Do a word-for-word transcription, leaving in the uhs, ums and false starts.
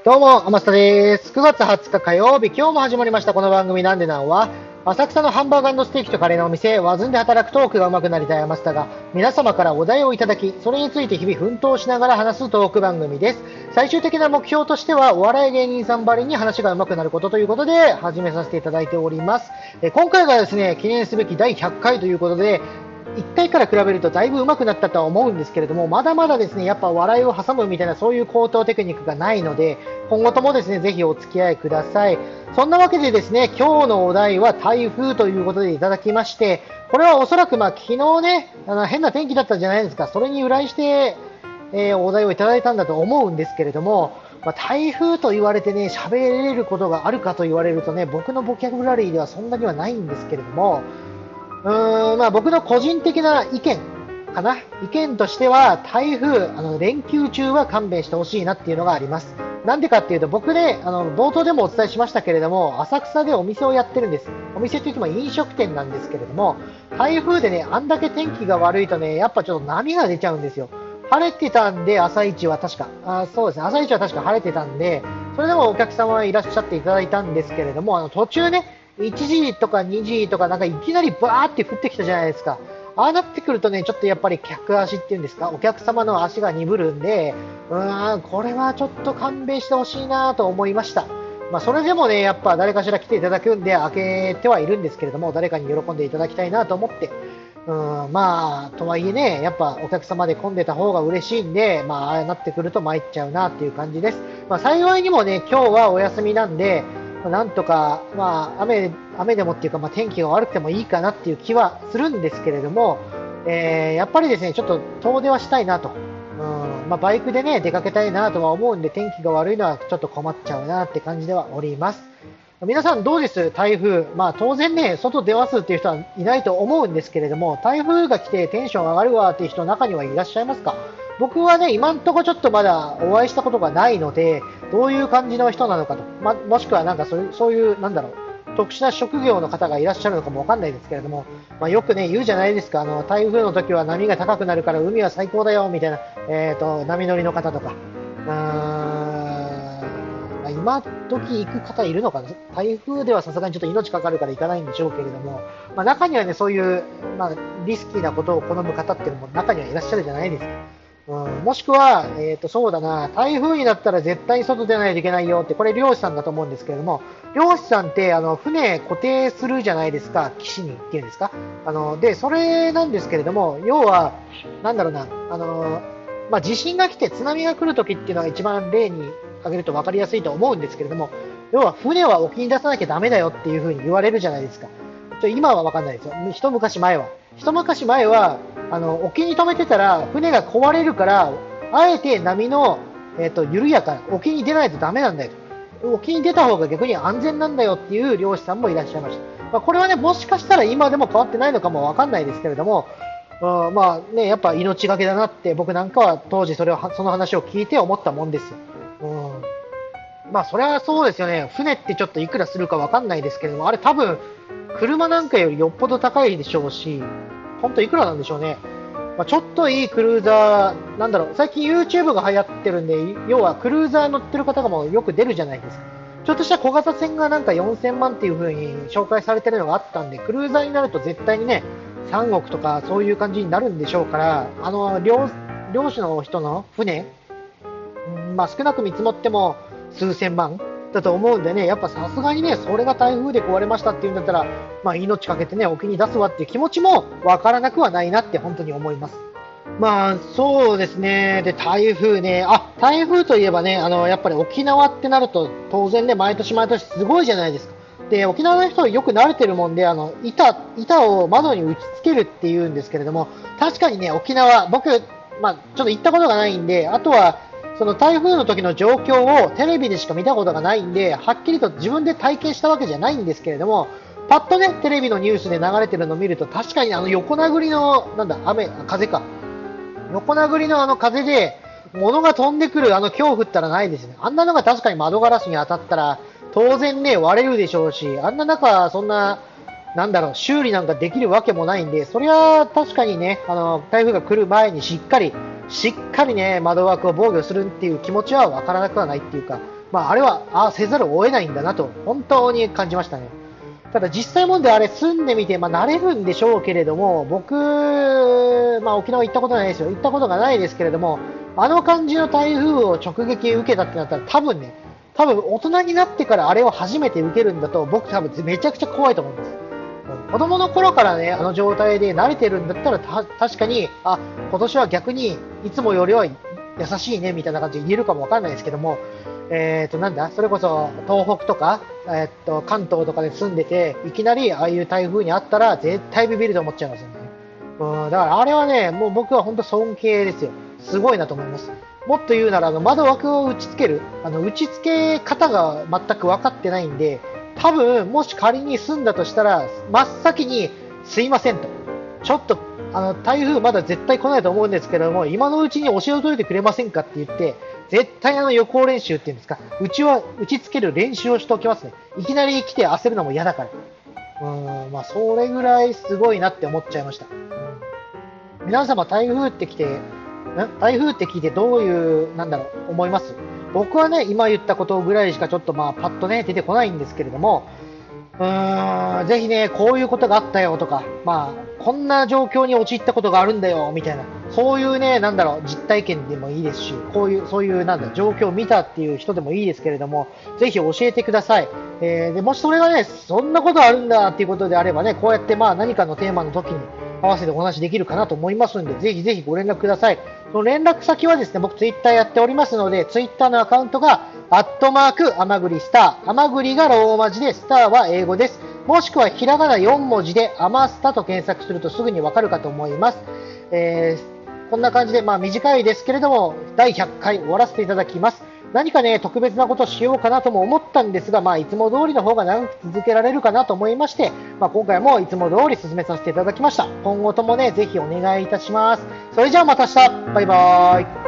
どうも、天下です。くがつはつか火曜日、今日も始まりました。この番組なんでなんは、浅草のハンバーガーステーキとカレーのお店、ワズンで働くトークが上手くなりたい天下が、皆様からお題をいただき、それについて日々奮闘しながら話すトーク番組です。最終的な目標としては、お笑い芸人さんばりに話が上手くなることということで、始めさせていただいております。え今回がですね、記念すべきだいひゃっかいということで、いっかいから比べるとだいぶ上手くなったとは思うんですけれども、まだまだですね、やっぱ笑いを挟むみたいなそういう高等テクニックがないので、今後ともですね、ぜひお付き合いください。そんなわけでですね、今日のお題は台風ということでいただきまして、これはおそらくまあ昨日ね、あの変な天気だったじゃないですか、それに由来して、えー、お題をいただいたんだと思うんですけれども、まあ、台風と言われてね、喋れることがあるかと言われるとね、僕のボキャブラリーではそんなにはないんですけれども、うーん、まあ僕の個人的な意見かな。意見としては、台風、あの、連休中は勘弁してほしいなっていうのがあります。なんでかっていうと、僕ね、あの、冒頭でもお伝えしましたけれども、浅草でお店をやってるんです。お店って言っても飲食店なんですけれども、台風でね、あんだけ天気が悪いとね、やっぱちょっと波が出ちゃうんですよ。晴れてたんで、朝一は確か、あそうですね、朝一は確か晴れてたんで、それでもお客様はいらっしゃっていただいたんですけれども、あの、途中ね、いちじとかにじとかなんかいきなりバーって降ってきたじゃないですか。ああなってくるとね、ちょっとやっぱり客足っていうんですか、お客様の足が鈍るんで、うーん、これはちょっと勘弁してほしいなと思いました。まあ、それでもね、やっぱ誰かしら来ていただくんで、開けてはいるんですけれども、誰かに喜んでいただきたいなと思って、うん、まあ、とはいえね、やっぱお客様で混んでた方が嬉しいんで、まあ、ああなってくると参っちゃうなっていう感じです。まあ、幸いにもね、今日はお休みなんで、なんとか、まあ、雨、雨でもっていうか、まあ、天気が悪くてもいいかなっていう気はするんですけれども、えーやっぱりですね、ちょっと遠出はしたいなと。うんまあ、バイクでね、出かけたいなとは思うんで、天気が悪いのはちょっと困っちゃうなって感じではおります。皆さんどうです台風。まあ当然ね、外出ますっていう人はいないと思うんですけれども、台風が来てテンション上がるわっていう人中にはいらっしゃいますか？僕はね、今んとこちょっとまだお会いしたことがないので、どういう感じの人なのかと、ま、もしくはなんかそういう、そういう、なんだろう、特殊な職業の方がいらっしゃるのかもわかんないですけれども、まあ、よくね、言うじゃないですか、あの、台風の時は波が高くなるから海は最高だよ、みたいな、えっと、波乗りの方とか、うーん、今時行く方いるのかな。台風ではさすがにちょっと命かかるから行かないんでしょうけれども、まあ、中にはね、そういう、まあ、リスキーなことを好む方っていうのも中にはいらっしゃるじゃないですか。うん、もしくは、えっ、と、そうだな、台風になったら絶対に外出ないといけないよって、これ漁師さんだと思うんですけれども、漁師さんって、あの、船固定するじゃないですか、岸にっていうんですか。あの、で、それなんですけれども、要は、なんだろうな、あの、まあ、地震が来て津波が来るときっていうのが一番例に挙げると分かりやすいと思うんですけれども、要は船は沖に出さなきゃダメだよっていうふうに言われるじゃないですか。ちょ今は分かんないですよ。一昔前は。一昔前は、あの、沖に止めてたら船が壊れるから、あえて波の、えっ、と、緩やか、沖に出ないとダメなんだよと。沖に出た方が逆に安全なんだよっていう漁師さんもいらっしゃいました。まあ、これはね、もしかしたら今でも変わってないのかも分かんないですけれども、うん、まあね、やっぱ命がけだなって僕なんかは当時それをその話を聞いて思ったもんですよ。うん、まあそれはそうですよね。船ってちょっといくらするかわかんないですけれども、あれ多分車なんかよりよっぽど高いでしょうし、本当いくらなんでしょうね。まあ、ちょっといいクルーザー、なんだろう、最近 YouTube が流行ってるんで、要はクルーザー乗ってる方がもうよく出るじゃないですか。ちょっとした小型船がなんかよんせんまんっていう風に紹介されてるのがあったんで、クルーザーになると絶対にね、さんおくとかそういう感じになるんでしょうから、あの、漁、漁師の人の船、うんまあ少なく見積もっても数千万だと思うんでね、やっぱさすがにね、それが台風で壊れましたっていうんだったら、まあ命かけてね、沖に出すわっていう気持ちもわからなくはないなって本当に思います。まあ、そうですね。で、台風ね。あ、台風といえばね、あの、やっぱり沖縄ってなると、当然ね、毎年毎年すごいじゃないですか。で、沖縄の人はよく慣れてるもんで、あの、板、板を窓に打ち付けるっていうんですけれども、確かにね、沖縄、僕、まあ、ちょっと行ったことがないんで、あとは、その台風の時の状況をテレビでしか見たことがないんで、はっきりと自分で体験したわけじゃないんですけれども、パッとね、テレビのニュースで流れてるのを見ると、確かにあの横殴りの、なんだ、雨、風か。横殴りのあの風で、物が飛んでくるあの恐怖ったらないですね。あんなのが確かに窓ガラスに当たったら、当然ね、割れるでしょうし、あんな中、そんな、なんだろう、修理なんかできるわけもないんで、そりゃ確かにね、あの、台風が来る前にしっかり、しっかりね、窓枠を防御するっていう気持ちはわからなくはないっていうか、 まあ、あれは、ああ、せざるを得ないんだなと、本当に感じましたね。ただ実際問題あれ住んでみて、まあ、慣れるんでしょうけれども、僕、まあ、沖縄行ったことないですよ。行ったことがないですけれども、あの感じの台風を直撃受けたってなったら多分ね、多分大人になってからあれを初めて受けるんだと僕多分めちゃくちゃ怖いと思います。うん、子供の頃からね、あの状態で慣れてるんだったらた確かに、あ、今年は逆にいつもよりは優しいねみたいな感じで言えるかもわかんないですけども、えーと、なんだ、それこそ東北とか、えー、っと関東とかで住んでて、いきなりああいう台風にあったら絶対ビビると思っちゃいますよね。うん、だからあれはね、もう僕は本当尊敬ですよ。すごいなと思います。もっと言うなら、あの窓枠を打ち付ける、あの打ち付け方が全く分かってないんで、多分もし仮に済んだとしたら、真っ先にすいませんと、ちょっとあの台風まだ絶対来ないと思うんですけれども、今のうちに教えておいてくれませんかって言って、絶対あの予行練習っていうんですか、うちは打ち付ける練習をしておきますね。いきなり来て焦るのも嫌だから。うん、まあそれぐらいすごいなって思っちゃいました。うん、皆様台風って来て、台風って聞いてどういう、なんだろう、思います？僕はね、今言ったことぐらいしかちょっとまあパッとね、出てこないんですけれども、うーん、ぜひね、こういうことがあったよとか、まあ、こんな状況に陥ったことがあるんだよ、みたいな、そういうね、なんだろう、実体験でもいいですし、こういう、そういう、なんだ、状況を見たっていう人でもいいですけれども、ぜひ教えてください。えー、でもしそれがね、そんなことあるんだっていうことであればね、こうやってまあ何かのテーマの時に合わせてお話できるかなと思いますので、ぜひぜひご連絡ください。その連絡先はですね、僕ツイッターやっておりますので、ツイッターのアカウントが、アットマーク、アマグリスター。アマグリがローマ字で、スターは英語です。もしくはひらがなよん文字で、アマスタと検索するとすぐにわかるかと思います。えー、こんな感じで、まあ短いですけれども、だいひゃっかい終わらせていただきます。何かね、特別なことをしようかなとも思ったんですが、まあいつも通りの方が長く続けられるかなと思いまして、まあ今回もいつも通り進めさせていただきました。今後ともね、ぜひお願いいたします。それじゃあまた明日バイバーイ